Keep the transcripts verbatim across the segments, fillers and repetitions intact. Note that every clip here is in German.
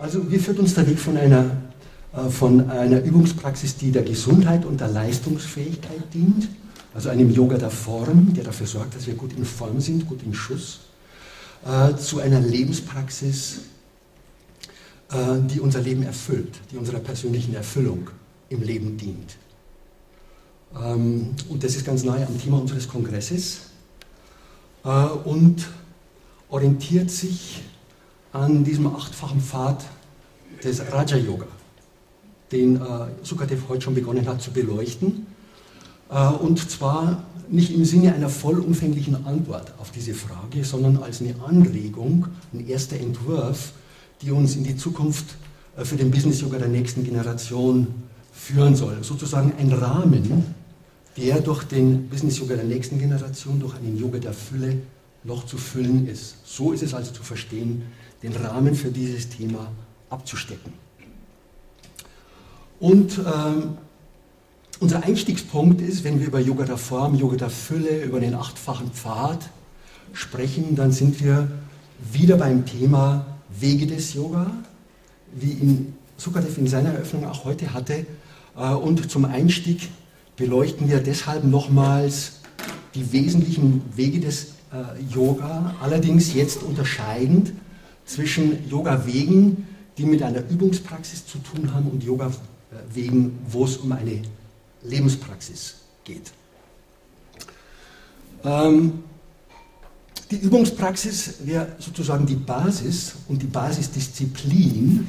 Also wie führt uns der Weg von einer, äh, von einer Übungspraxis, die der Gesundheit und der Leistungsfähigkeit dient, also einem Yoga der Form, der dafür sorgt, dass wir gut in Form sind, gut in Schuss, äh, zu einer Lebenspraxis, äh, die unser Leben erfüllt, die unserer persönlichen Erfüllung im Leben dient. Ähm, und das ist ganz nahe am Thema unseres Kongresses äh, und orientiert sich an diesem achtfachen Pfad des Raja Yoga, den äh, Sukadev heute schon begonnen hat zu beleuchten. Äh, und zwar nicht im Sinne einer vollumfänglichen Antwort auf diese Frage, sondern als eine Anregung, ein erster Entwurf, die uns in die Zukunft äh, für den Business Yoga der nächsten Generation führen soll. Sozusagen ein Rahmen, der durch den Business Yoga der nächsten Generation, durch einen Yoga der Fülle noch zu füllen ist. So ist es also zu verstehen, den Rahmen für dieses Thema abzustecken. Und ähm, unser Einstiegspunkt ist, wenn wir über Yoga der Form, Yoga der Fülle, über den achtfachen Pfad sprechen, dann sind wir wieder beim Thema Wege des Yoga, wie ihn Sukadev in seiner Eröffnung auch heute hatte. Und zum Einstieg beleuchten wir deshalb nochmals die wesentlichen Wege des Yoga, allerdings jetzt unterscheidend zwischen Yoga-Wegen, die mit einer Übungspraxis zu tun haben, und Yoga-Wegen, wo es um eine Lebenspraxis geht. Ähm, die Übungspraxis wäre sozusagen die Basis und die Basisdisziplin,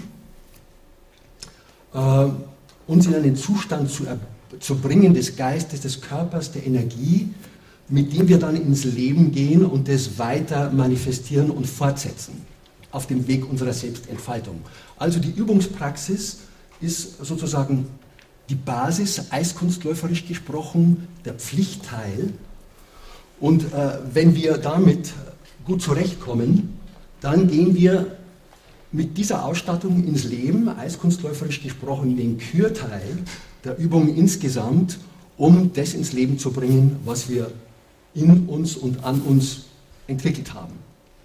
äh, uns in einen Zustand zu, zu bringen des Geistes, des Körpers, der Energie, mit dem wir dann ins Leben gehen und das weiter manifestieren und fortsetzen auf dem Weg unserer Selbstentfaltung. Also die Übungspraxis ist sozusagen die Basis, eiskunstläuferisch gesprochen, der Pflichtteil. Und äh, wenn wir damit gut zurechtkommen, dann gehen wir mit dieser Ausstattung ins Leben, eiskunstläuferisch gesprochen, in den Kürteil der Übung insgesamt, um das ins Leben zu bringen, was wir in uns und an uns entwickelt haben.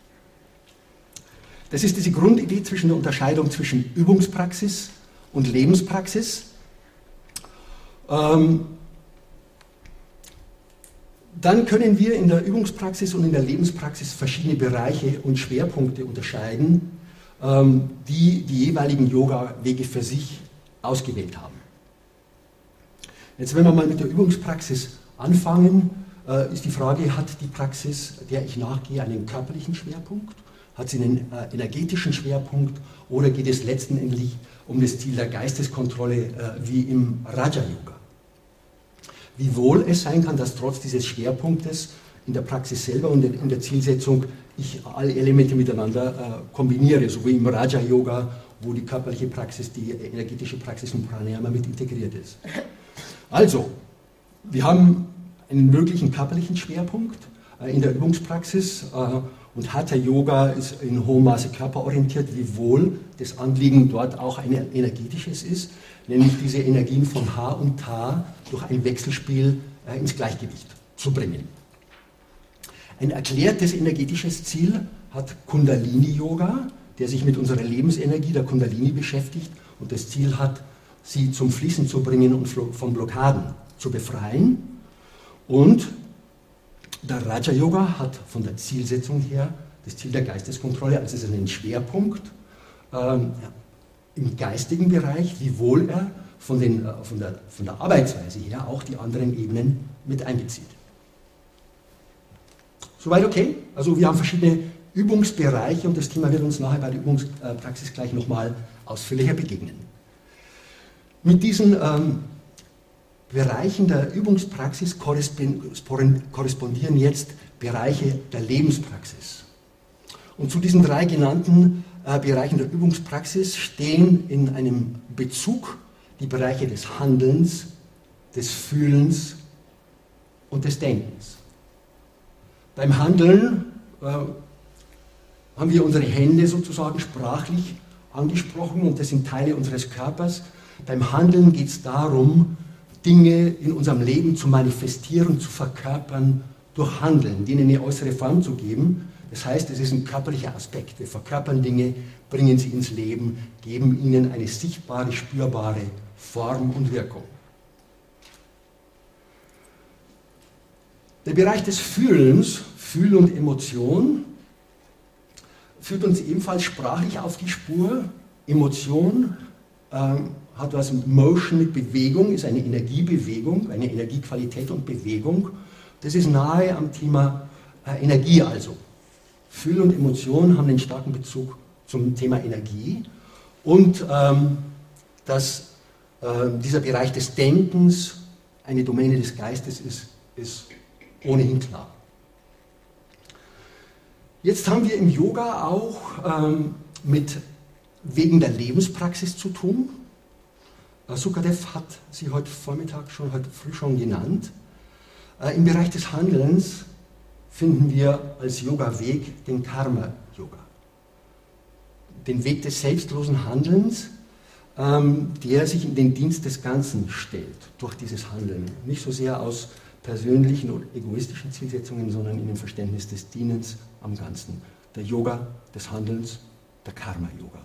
Das ist diese Grundidee zwischen der Unterscheidung zwischen Übungspraxis und Lebenspraxis. Ähm, dann können wir in der Übungspraxis und in der Lebenspraxis verschiedene Bereiche und Schwerpunkte unterscheiden, ähm, die die jeweiligen Yoga-Wege für sich ausgewählt haben. Jetzt, wenn wir mal mit der Übungspraxis anfangen, äh, ist die Frage, hat die Praxis, der ich nachgehe, einen körperlichen Schwerpunkt? Hat sie einen äh, energetischen Schwerpunkt, oder geht es letztendlich um das Ziel der Geisteskontrolle äh, wie im Raja-Yoga? Wiewohl es sein kann, dass trotz dieses Schwerpunktes in der Praxis selber und in der Zielsetzung ich alle Elemente miteinander äh, kombiniere, so wie im Raja-Yoga, wo die körperliche Praxis, die energetische Praxis und Pranayama mit integriert ist. Also, wir haben einen möglichen körperlichen Schwerpunkt äh, in der Übungspraxis, äh, und Hatha Yoga ist in hohem Maße körperorientiert, wiewohl das Anliegen dort auch ein energetisches ist, nämlich diese Energien von Ha und Ta durch ein Wechselspiel äh, ins Gleichgewicht zu bringen. Ein erklärtes energetisches Ziel hat Kundalini Yoga, der sich mit unserer Lebensenergie, der Kundalini, beschäftigt und das Ziel hat, sie zum Fließen zu bringen und von Blockaden zu befreien. Und der Raja Yoga hat von der Zielsetzung her das Ziel der Geisteskontrolle, also es ist ein Schwerpunkt ähm, im geistigen Bereich, wiewohl er von, den, äh, von, der, von der Arbeitsweise her auch die anderen Ebenen mit einbezieht. Soweit okay? Also wir haben verschiedene Übungsbereiche und das Thema wird uns nachher bei der Übungspraxis gleich nochmal ausführlicher begegnen. Mit diesen ähm, Bereichen der Übungspraxis korrespondieren jetzt Bereiche der Lebenspraxis. Und zu diesen drei genannten äh, Bereichen der Übungspraxis stehen in einem Bezug die Bereiche des Handelns, des Fühlens und des Denkens. Beim Handeln äh, haben wir unsere Hände sozusagen sprachlich angesprochen und das sind Teile unseres Körpers. Beim Handeln geht es darum, Dinge in unserem Leben zu manifestieren, zu verkörpern, durch Handeln, denen eine äußere Form zu geben. Das heißt, es ist ein körperlicher Aspekt. Wir verkörpern Dinge, bringen sie ins Leben, geben ihnen eine sichtbare, spürbare Form und Wirkung. Der Bereich des Fühlens, Fühl und Emotion, führt uns ebenfalls sprachlich auf die Spur. Emotion ähm, hat was mit Motion, mit Bewegung, ist eine Energiebewegung, eine Energiequalität und Bewegung. Das ist nahe am Thema äh, Energie also. Fühl und Emotion haben einen starken Bezug zum Thema Energie. Und ähm, dass äh, dieser Bereich des Denkens eine Domäne des Geistes ist, ist ohnehin klar. Jetzt haben wir im Yoga auch ähm, mit Wegen der Lebenspraxis zu tun. Sukadev hat sie heute Vormittag schon, heute früh schon genannt. Äh, Im Bereich des Handelns finden wir als Yoga-Weg den Karma-Yoga. Den Weg des selbstlosen Handelns, ähm, der sich in den Dienst des Ganzen stellt, durch dieses Handeln. Nicht so sehr aus persönlichen oder egoistischen Zielsetzungen, sondern in dem Verständnis des Dienens am Ganzen. Der Yoga des Handelns, der Karma-Yoga.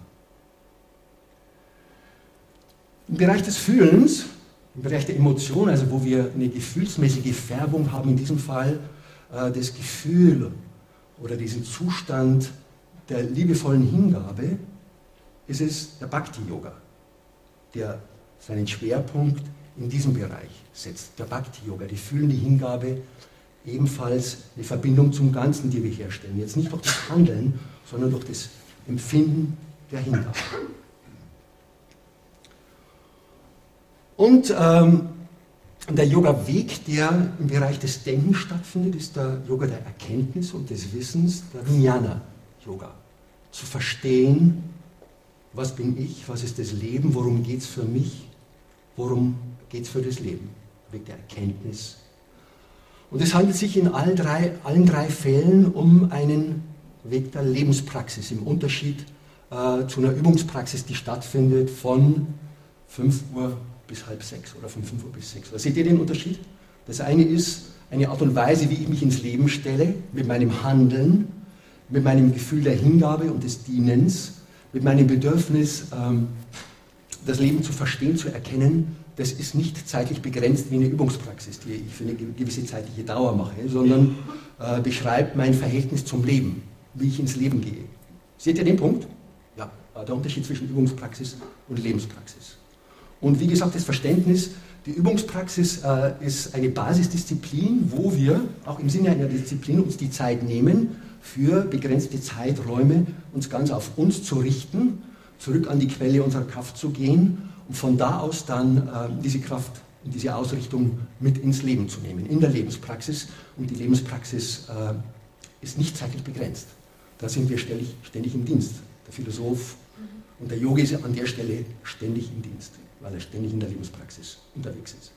Im Bereich des Fühlens, im Bereich der Emotion, also wo wir eine gefühlsmäßige Färbung haben, in diesem Fall äh, das Gefühl oder diesen Zustand der liebevollen Hingabe, ist es der Bhakti-Yoga, der seinen Schwerpunkt in diesem Bereich setzt. Der Bhakti-Yoga, die fühlende Hingabe, ebenfalls eine Verbindung zum Ganzen, die wir herstellen. Jetzt nicht durch das Handeln, sondern durch das Empfinden der Hingabe. Und ähm, der Yoga-Weg, der im Bereich des Denkens stattfindet, ist der Yoga der Erkenntnis und des Wissens, der Vijnana-Yoga. Zu verstehen, was bin ich, was ist das Leben, worum geht es für mich, worum geht es für das Leben. Weg der Erkenntnis. Und es handelt sich in allen drei, allen drei Fällen um einen Weg der Lebenspraxis, im Unterschied äh, zu einer Übungspraxis, die stattfindet von fünf Uhr bis halb sechs oder von fünf Uhr bis sechs Uhr. Seht ihr den Unterschied? Das eine ist eine Art und Weise, wie ich mich ins Leben stelle, mit meinem Handeln, mit meinem Gefühl der Hingabe und des Dienens, mit meinem Bedürfnis, ähm, das Leben zu verstehen, zu erkennen. Das ist nicht zeitlich begrenzt wie eine Übungspraxis, die ich für eine gewisse zeitliche Dauer mache, sondern äh, beschreibt mein Verhältnis zum Leben, wie ich ins Leben gehe. Seht ihr den Punkt? Ja, der Unterschied zwischen Übungspraxis und Lebenspraxis. Und wie gesagt, das Verständnis, die Übungspraxis äh, ist eine Basisdisziplin, wo wir auch im Sinne einer Disziplin uns die Zeit nehmen, für begrenzte Zeiträume uns ganz auf uns zu richten, zurück an die Quelle unserer Kraft zu gehen und von da aus dann äh, diese Kraft und diese Ausrichtung mit ins Leben zu nehmen, in der Lebenspraxis. Und die Lebenspraxis äh, ist nicht zeitlich begrenzt. Da sind wir ständig, ständig im Dienst. Der Philosoph und der Yogi ist an der Stelle ständig im Dienst, weil er ständig in der Lebenspraxis unterwegs ist.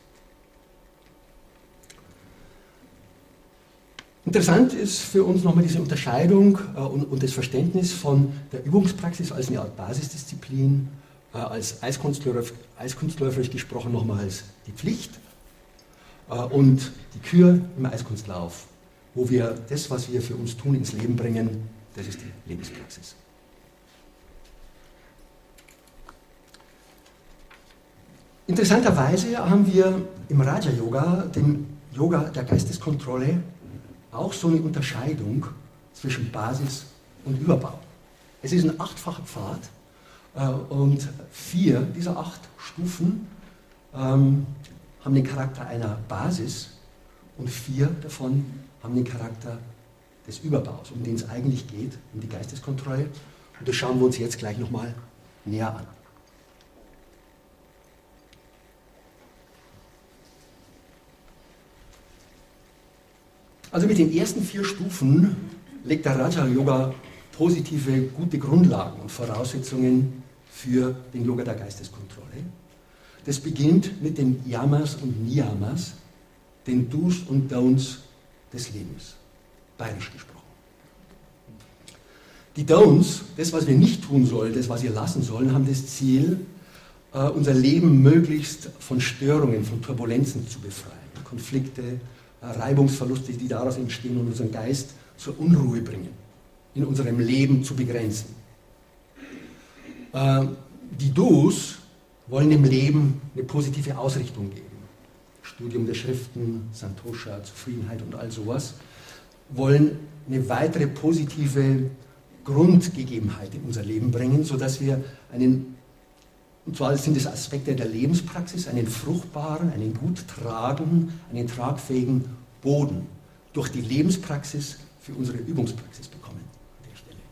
Interessant ist für uns nochmal diese Unterscheidung äh, und, und das Verständnis von der Übungspraxis als eine Art Basisdisziplin, äh, als eiskunstläuferisch, eiskunstläuferisch gesprochen nochmal als die Pflicht äh, und die Kür im Eiskunstlauf, wo wir das, was wir für uns tun, ins Leben bringen, das ist die Lebenspraxis. Interessanterweise haben wir im Raja-Yoga, dem Yoga der Geisteskontrolle, auch so eine Unterscheidung zwischen Basis und Überbau. Es ist ein achtfacher Pfad äh, und vier dieser acht Stufen ähm, haben den Charakter einer Basis und vier davon haben den Charakter des Überbaus, um den es eigentlich geht, um die Geisteskontrolle. Und das schauen wir uns jetzt gleich nochmal näher an. Also mit den ersten vier Stufen legt der Raja-Yoga positive, gute Grundlagen und Voraussetzungen für den Yoga der Geisteskontrolle. Das beginnt mit den Yamas und Niyamas, den Do's und Don'ts des Lebens, bayerisch gesprochen. Die Don'ts, das, was wir nicht tun sollen, das, was wir lassen sollen, haben das Ziel, unser Leben möglichst von Störungen, von Turbulenzen zu befreien, Konflikte, Reibungsverluste, die daraus entstehen und unseren Geist zur Unruhe bringen. in unserem Leben zu begrenzen. Äh, die Do's wollen dem Leben eine positive Ausrichtung geben. Studium der Schriften, Santosha, Zufriedenheit und all sowas, wollen eine weitere positive Grundgegebenheit in unser Leben bringen, sodass wir einen, und zwar sind es Aspekte der Lebenspraxis, einen fruchtbaren, einen gut tragenden, einen tragfähigen Boden durch die Lebenspraxis für unsere Übungspraxis bekommen an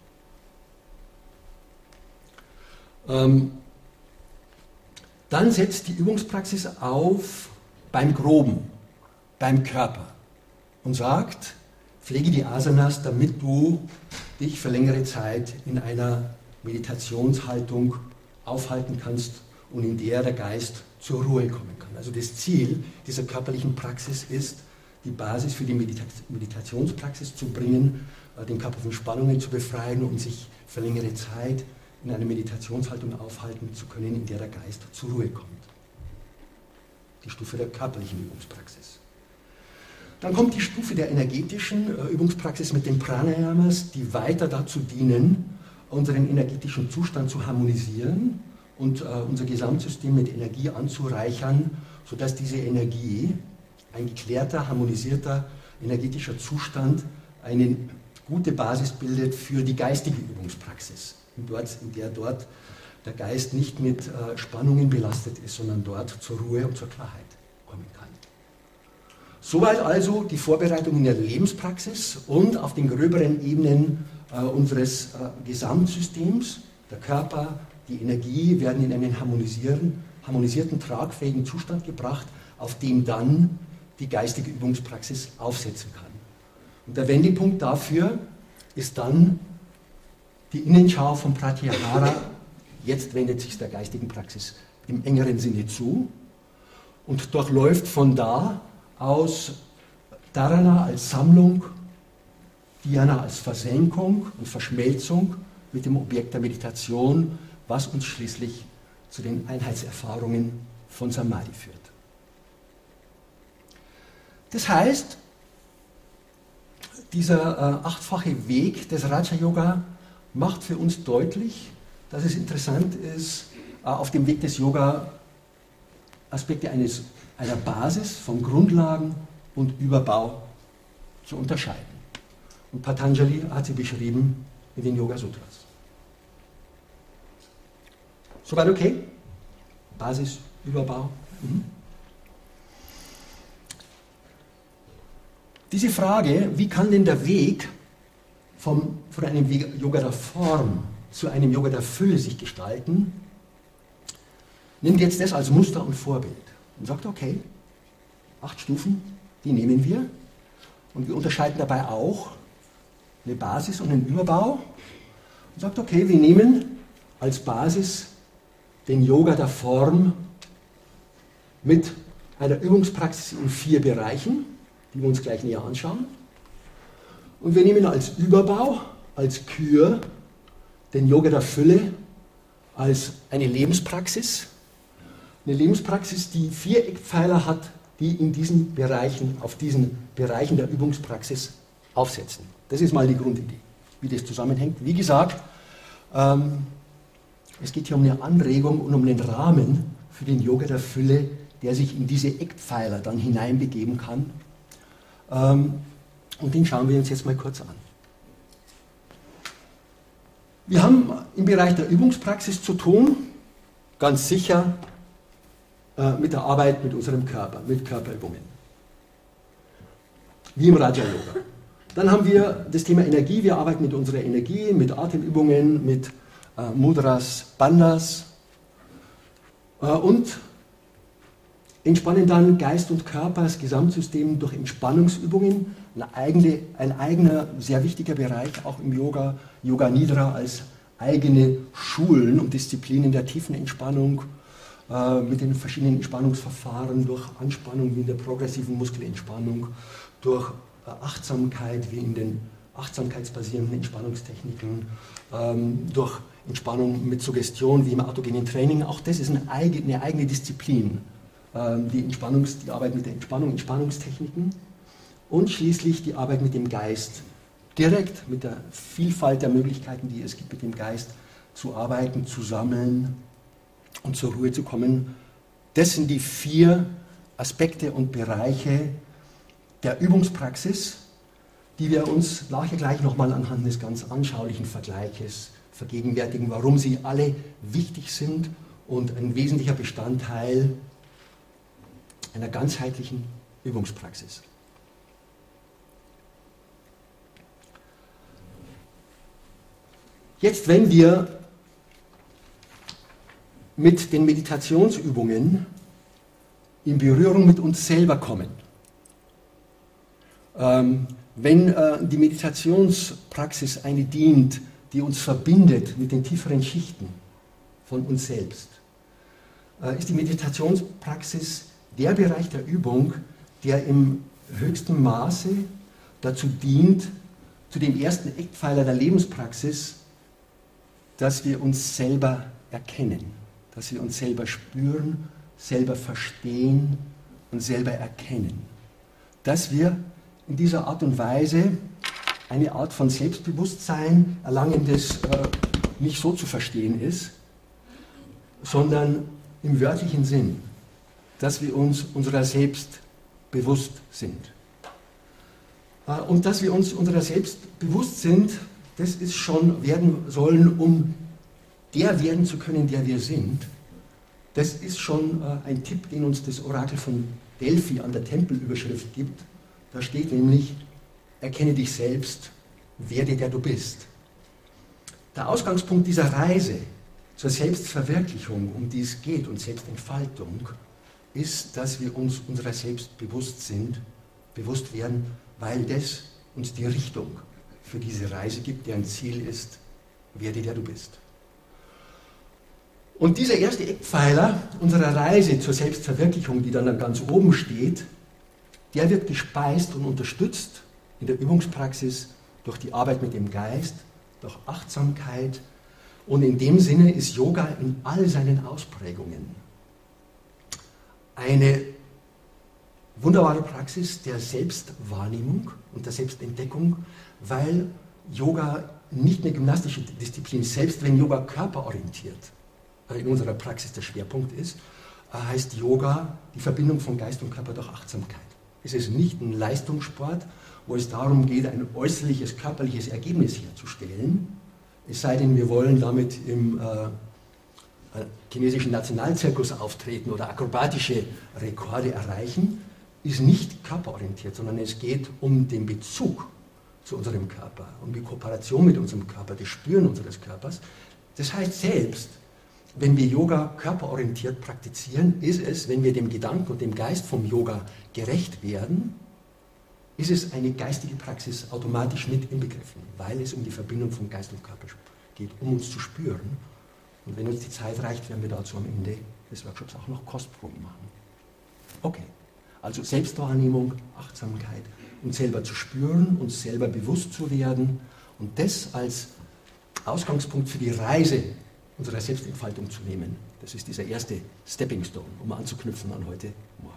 der Stelle. Ähm, dann setzt die Übungspraxis auf beim Groben, beim Körper und sagt, pflege die Asanas, damit du dich für längere Zeit in einer Meditationshaltung aufhalten kannst und in der der Geist zur Ruhe kommen kann. Also das Ziel dieser körperlichen Praxis ist, die Basis für die Medita- Meditationspraxis zu bringen, den Körper von Spannungen zu befreien und sich für längere Zeit in einer Meditationshaltung aufhalten zu können, in der der Geist zur Ruhe kommt. Die Stufe der körperlichen Übungspraxis. Dann kommt die Stufe der energetischen äh, Übungspraxis mit den Pranayamas, die weiter dazu dienen, unseren energetischen Zustand zu harmonisieren und äh, unser Gesamtsystem mit Energie anzureichern, sodass diese Energie, ein geklärter, harmonisierter energetischer Zustand, eine gute Basis bildet für die geistige Übungspraxis, in, dort, in der dort der Geist nicht mit äh, Spannungen belastet ist, sondern dort zur Ruhe und zur Klarheit kommen kann. Soweit also die Vorbereitung in der Lebenspraxis und auf den gröberen Ebenen äh, unseres äh, Gesamtsystems. Der Körper, die Energie werden in einen harmonisieren, harmonisierten, tragfähigen Zustand gebracht, auf dem dann die geistige Übungspraxis aufsetzen kann. Und der Wendepunkt dafür ist dann die Innenschau von Pratyahara. Jetzt wendet sich der geistigen Praxis im engeren Sinne zu und durchläuft von da aus Dharana als Sammlung, Dhyana als Versenkung und Verschmelzung mit dem Objekt der Meditation, was uns schließlich zu den Einheitserfahrungen von Samadhi führt. Das heißt, dieser äh, achtfache Weg des Raja Yoga macht für uns deutlich, dass es interessant ist, äh, auf dem Weg des Yoga Aspekte eines einer Basis von Grundlagen und Überbau zu unterscheiden. Und Patanjali hat sie beschrieben in den Yoga Sutras. Soweit okay? Basis, Überbau. Mhm. Diese Frage, wie kann denn der Weg vom, von einem Yoga der Form zu einem Yoga der Fülle sich gestalten, nimmt jetzt das als Muster und Vorbild. Und sagt, okay, acht Stufen, die nehmen wir. Und wir unterscheiden dabei auch eine Basis und einen Überbau. Und sagt, okay, wir nehmen als Basis den Yoga der Form mit einer Übungspraxis in vier Bereichen, die wir uns gleich näher anschauen. Und wir nehmen als Überbau, als Kür, den Yoga der Fülle als eine Lebenspraxis. Eine Lebenspraxis, die vier Eckpfeiler hat, die in diesen Bereichen, auf diesen Bereichen der Übungspraxis aufsetzen. Das ist mal die Grundidee, wie das zusammenhängt. Wie gesagt, ähm, es geht hier um eine Anregung und um den Rahmen für den Yoga der Fülle, der sich in diese Eckpfeiler dann hineinbegeben kann. Ähm, und den schauen wir uns jetzt mal kurz an. Wir haben im Bereich der Übungspraxis zu tun, ganz sicher, mit der Arbeit mit unserem Körper, mit Körperübungen. Wie im Raja Yoga. Dann haben wir das Thema Energie. Wir arbeiten mit unserer Energie, mit Atemübungen, mit äh, Mudras, Bandhas äh, und entspannen dann Geist und Körper, das Gesamtsystem durch Entspannungsübungen. Eine eigene, ein eigener, sehr wichtiger Bereich, auch im Yoga, Yoga Nidra als eigene Schulen und Disziplinen der tiefen Entspannung, mit den verschiedenen Entspannungsverfahren, durch Anspannung wie in der progressiven Muskelentspannung, durch Achtsamkeit wie in den achtsamkeitsbasierenden Entspannungstechniken, durch Entspannung mit Suggestion wie im autogenen Training. Auch das ist eine eigene, eine eigene Disziplin, die, Entspannungs-, die Arbeit mit der Entspannung, Entspannungstechniken und schließlich die Arbeit mit dem Geist direkt mit der Vielfalt der Möglichkeiten, die es gibt, mit dem Geist zu arbeiten, zu sammeln und zur Ruhe zu kommen. Das sind die vier Aspekte und Bereiche der Übungspraxis, die wir uns nachher gleich nochmal anhand des ganz anschaulichen Vergleiches vergegenwärtigen, warum sie alle wichtig sind und ein wesentlicher Bestandteil einer ganzheitlichen Übungspraxis. Jetzt, wenn wir mit den Meditationsübungen in Berührung mit uns selber kommen, ähm, wenn äh, die Meditationspraxis eine dient, die uns verbindet mit den tieferen Schichten von uns selbst, äh, ist die Meditationspraxis der Bereich der Übung, der im höchsten Maße dazu dient, zu dem ersten Eckpfeiler der Lebenspraxis, dass wir uns selber erkennen, dass wir uns selber spüren, selber verstehen und selber erkennen. Dass wir in dieser Art und Weise eine Art von Selbstbewusstsein erlangen, das äh, nicht so zu verstehen ist, sondern im wörtlichen Sinn, dass wir uns unserer selbst bewusst sind. Äh, und dass wir uns unserer selbst bewusst sind, das ist schon werden sollen, um der werden zu können, der wir sind. Das ist schon äh, ein Tipp, den uns das Orakel von Delphi an der Tempelüberschrift gibt. Da steht nämlich, erkenne dich selbst, werde der du bist. Der Ausgangspunkt dieser Reise zur Selbstverwirklichung, um die es geht, und Selbstentfaltung, ist, dass wir uns unserer selbst bewusst sind, bewusst werden, weil das uns die Richtung für diese Reise gibt, deren Ziel ist, werde der du bist. Und dieser erste Eckpfeiler unserer Reise zur Selbstverwirklichung, die dann ganz oben steht, der wird gespeist und unterstützt in der Übungspraxis durch die Arbeit mit dem Geist, durch Achtsamkeit. Und in dem Sinne ist Yoga in all seinen Ausprägungen eine wunderbare Praxis der Selbstwahrnehmung und der Selbstentdeckung, weil Yoga nicht eine gymnastische Disziplin ist. Selbst wenn Yoga körperorientiert in unserer Praxis der Schwerpunkt ist, heißt Yoga die Verbindung von Geist und Körper durch Achtsamkeit. Es ist nicht ein Leistungssport, wo es darum geht, ein äußerliches, körperliches Ergebnis herzustellen, es sei denn, wir wollen damit im äh, chinesischen Nationalzirkus auftreten oder akrobatische Rekorde erreichen, ist nicht körperorientiert, sondern es geht um den Bezug zu unserem Körper, um die Kooperation mit unserem Körper, das Spüren unseres Körpers. Das heißt, selbst wenn wir Yoga körperorientiert praktizieren, ist es, wenn wir dem Gedanken und dem Geist vom Yoga gerecht werden, ist es eine geistige Praxis automatisch mit inbegriffen, weil es um die Verbindung von Geist und Körper geht, um uns zu spüren. Und wenn uns die Zeit reicht, werden wir dazu am Ende des Workshops auch noch Kostproben machen. Okay, also Selbstwahrnehmung, Achtsamkeit, uns selber zu spüren, uns selber bewusst zu werden und das als Ausgangspunkt für die Reise unserer Selbstentfaltung zu nehmen. Das ist dieser erste Stepping Stone, um anzuknüpfen an heute Morgen.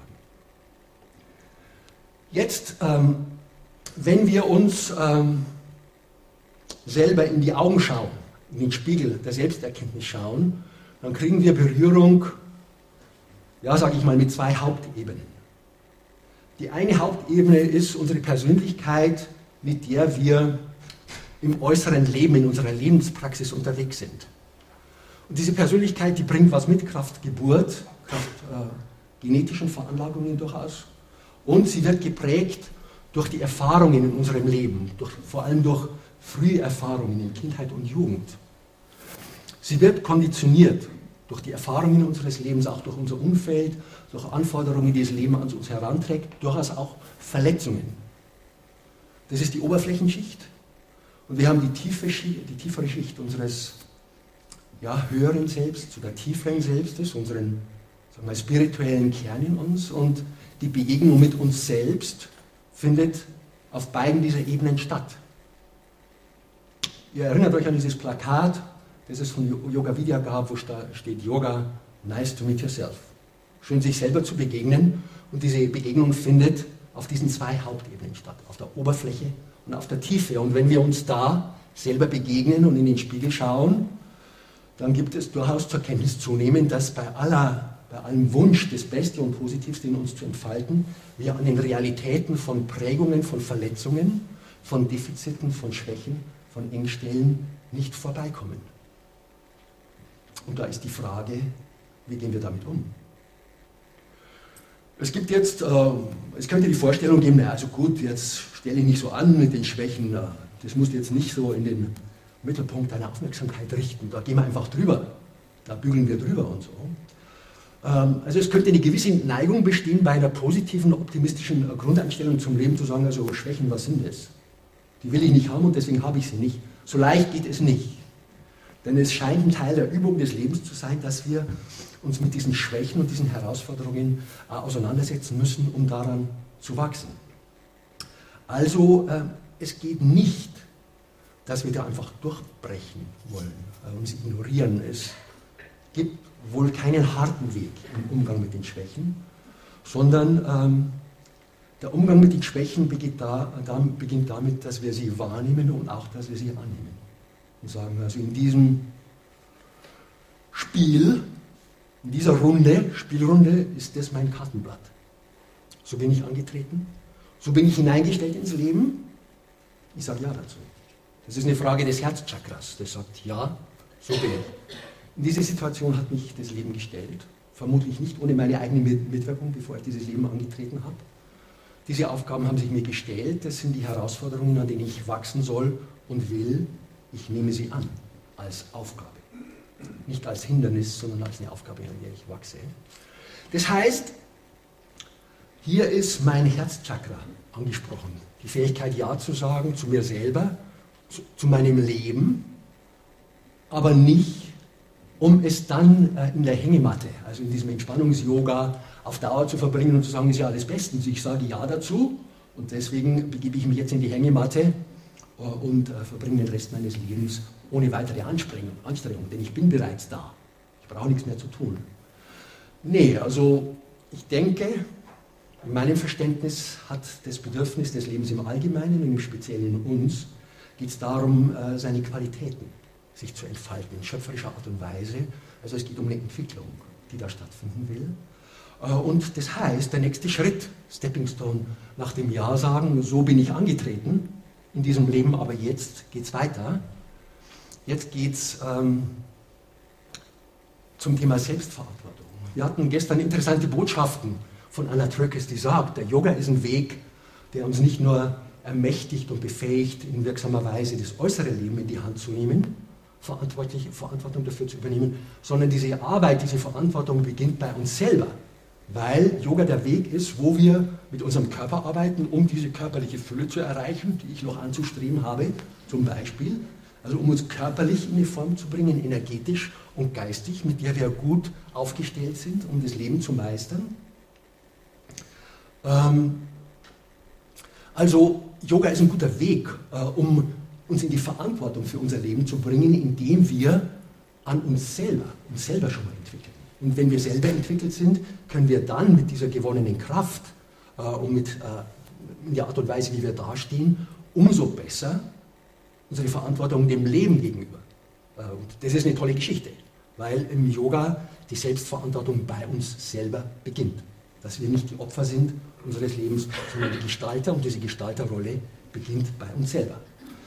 Jetzt, ähm, wenn wir uns ähm, selber in die Augen schauen, in den Spiegel der Selbsterkenntnis schauen, dann kriegen wir Berührung, ja, sage ich mal, mit zwei Hauptebenen. Die eine Hauptebene ist unsere Persönlichkeit, mit der wir im äußeren Leben, in unserer Lebenspraxis unterwegs sind. Und diese Persönlichkeit, die bringt was mit, Kraft Geburt, Kraft äh, genetischen Veranlagungen durchaus. Und sie wird geprägt durch die Erfahrungen in unserem Leben, durch, vor allem durch frühe Erfahrungen in Kindheit und Jugend. Sie wird konditioniert durch die Erfahrungen unseres Lebens, auch durch unser Umfeld, durch Anforderungen, die das Leben an uns heranträgt, durchaus auch Verletzungen. Das ist die Oberflächenschicht. Und wir haben die, tiefe Schicht, die tiefere Schicht unseres ja, höheren Selbst, sogar tieferen Selbstes, unseren sagen wir, spirituellen Kern in uns. Und die Begegnung mit uns selbst findet auf beiden dieser Ebenen statt. Ihr erinnert euch an dieses Plakat, das es von Yoga Vidya gab, wo steht Yoga, nice to meet yourself. Schön, sich selber zu begegnen. Und diese Begegnung findet auf diesen zwei Hauptebenen statt, auf der Oberfläche und auf der Tiefe. Und wenn wir uns da selber begegnen und in den Spiegel schauen, dann gibt es durchaus zur Kenntnis zu nehmen, dass bei, aller, bei allem Wunsch, das Beste und Positivste in uns zu entfalten, wir an den Realitäten von Prägungen, von Verletzungen, von Defiziten, von Schwächen, von Engstellen nicht vorbeikommen. Und da ist die Frage, wie gehen wir damit um? Es gibt jetzt, äh, es könnte die Vorstellung geben, na also gut, jetzt stelle ich nicht so an mit den Schwächen, äh, das musst du jetzt nicht so in den Mittelpunkt deiner Aufmerksamkeit richten, da gehen wir einfach drüber, da bügeln wir drüber und so. Ähm, also es könnte eine gewisse Neigung bestehen, bei einer positiven, optimistischen Grundeinstellung zum Leben zu sagen, also Schwächen, was sind das? Die will ich nicht haben und deswegen habe ich sie nicht. So leicht geht es nicht. Denn es scheint ein Teil der Übung des Lebens zu sein, dass wir uns mit diesen Schwächen und diesen Herausforderungen äh, auseinandersetzen müssen, um daran zu wachsen. Also äh, es geht nicht, dass wir da einfach durchbrechen wollen, äh, uns ignorieren. Es gibt wohl keinen harten Weg im Umgang mit den Schwächen, sondern ähm, der Umgang mit den Schwächen beginnt, da, da, beginnt damit, dass wir sie wahrnehmen und auch, dass wir sie annehmen. Und sagen, also in diesem Spiel, in dieser Runde, Spielrunde, ist das mein Kartenblatt. So bin ich angetreten, so bin ich hineingestellt ins Leben. Ich sage ja dazu. Das ist eine Frage des Herzchakras, das sagt ja, so bin ich. In diese Situation hat mich das Leben gestellt, vermutlich nicht ohne meine eigene Mitwirkung, bevor ich dieses Leben angetreten habe. Diese Aufgaben haben sich mir gestellt, das sind die Herausforderungen, an denen ich wachsen soll und will. Ich nehme sie an als Aufgabe. Nicht als Hindernis, sondern als eine Aufgabe, an der ich wachse. Das heißt, hier ist mein Herzchakra angesprochen. Die Fähigkeit, Ja zu sagen zu mir selber, zu, zu meinem Leben, aber nicht, um es dann äh, in der Hängematte, also in diesem Entspannungs-Yoga, auf Dauer zu verbringen und zu sagen, ist ja alles bestens. Ich sage Ja dazu und deswegen begebe ich mich jetzt in die Hängematte und äh, verbringe den Rest meines Lebens ohne weitere Anstrengung, Anstrengung, denn ich bin bereits da. Ich brauche nichts mehr zu tun. Nee, also ich denke, in meinem Verständnis hat das Bedürfnis des Lebens im Allgemeinen und im Speziellen in uns, geht es darum, äh, seine Qualitäten sich zu entfalten, in schöpferischer Art und Weise. Also es geht um eine Entwicklung, die da stattfinden will. Äh, und das heißt, der nächste Schritt, Stepping Stone, nach dem Ja sagen, so bin ich angetreten, in diesem Leben, aber jetzt geht es weiter. Jetzt geht es ähm, zum Thema Selbstverantwortung. Wir hatten gestern interessante Botschaften von Anna Trökes, die sagt, der Yoga ist ein Weg, der uns nicht nur ermächtigt und befähigt, in wirksamer Weise das äußere Leben in die Hand zu nehmen, verantwortlich, Verantwortung dafür zu übernehmen, sondern diese Arbeit, diese Verantwortung beginnt bei uns selber. Weil Yoga der Weg ist, wo wir mit unserem Körper arbeiten, um diese körperliche Fülle zu erreichen, die ich noch anzustreben habe, zum Beispiel. Also um uns körperlich in eine Form zu bringen, energetisch und geistig, mit der wir gut aufgestellt sind, um das Leben zu meistern. Ähm, also Yoga ist ein guter Weg, äh, um uns in die Verantwortung für unser Leben zu bringen, indem wir an uns selber, uns selber schon mal entwickeln. Und wenn wir selber entwickelt sind, können wir dann mit dieser gewonnenen Kraft äh, und mit äh, der Art und Weise, wie wir dastehen, umso besser unsere Verantwortung dem Leben gegenüber. Äh, und das ist eine tolle Geschichte, weil im Yoga die Selbstverantwortung bei uns selber beginnt. Dass wir nicht die Opfer sind unseres Lebens, sondern die Gestalter, und diese Gestalterrolle beginnt bei uns selber.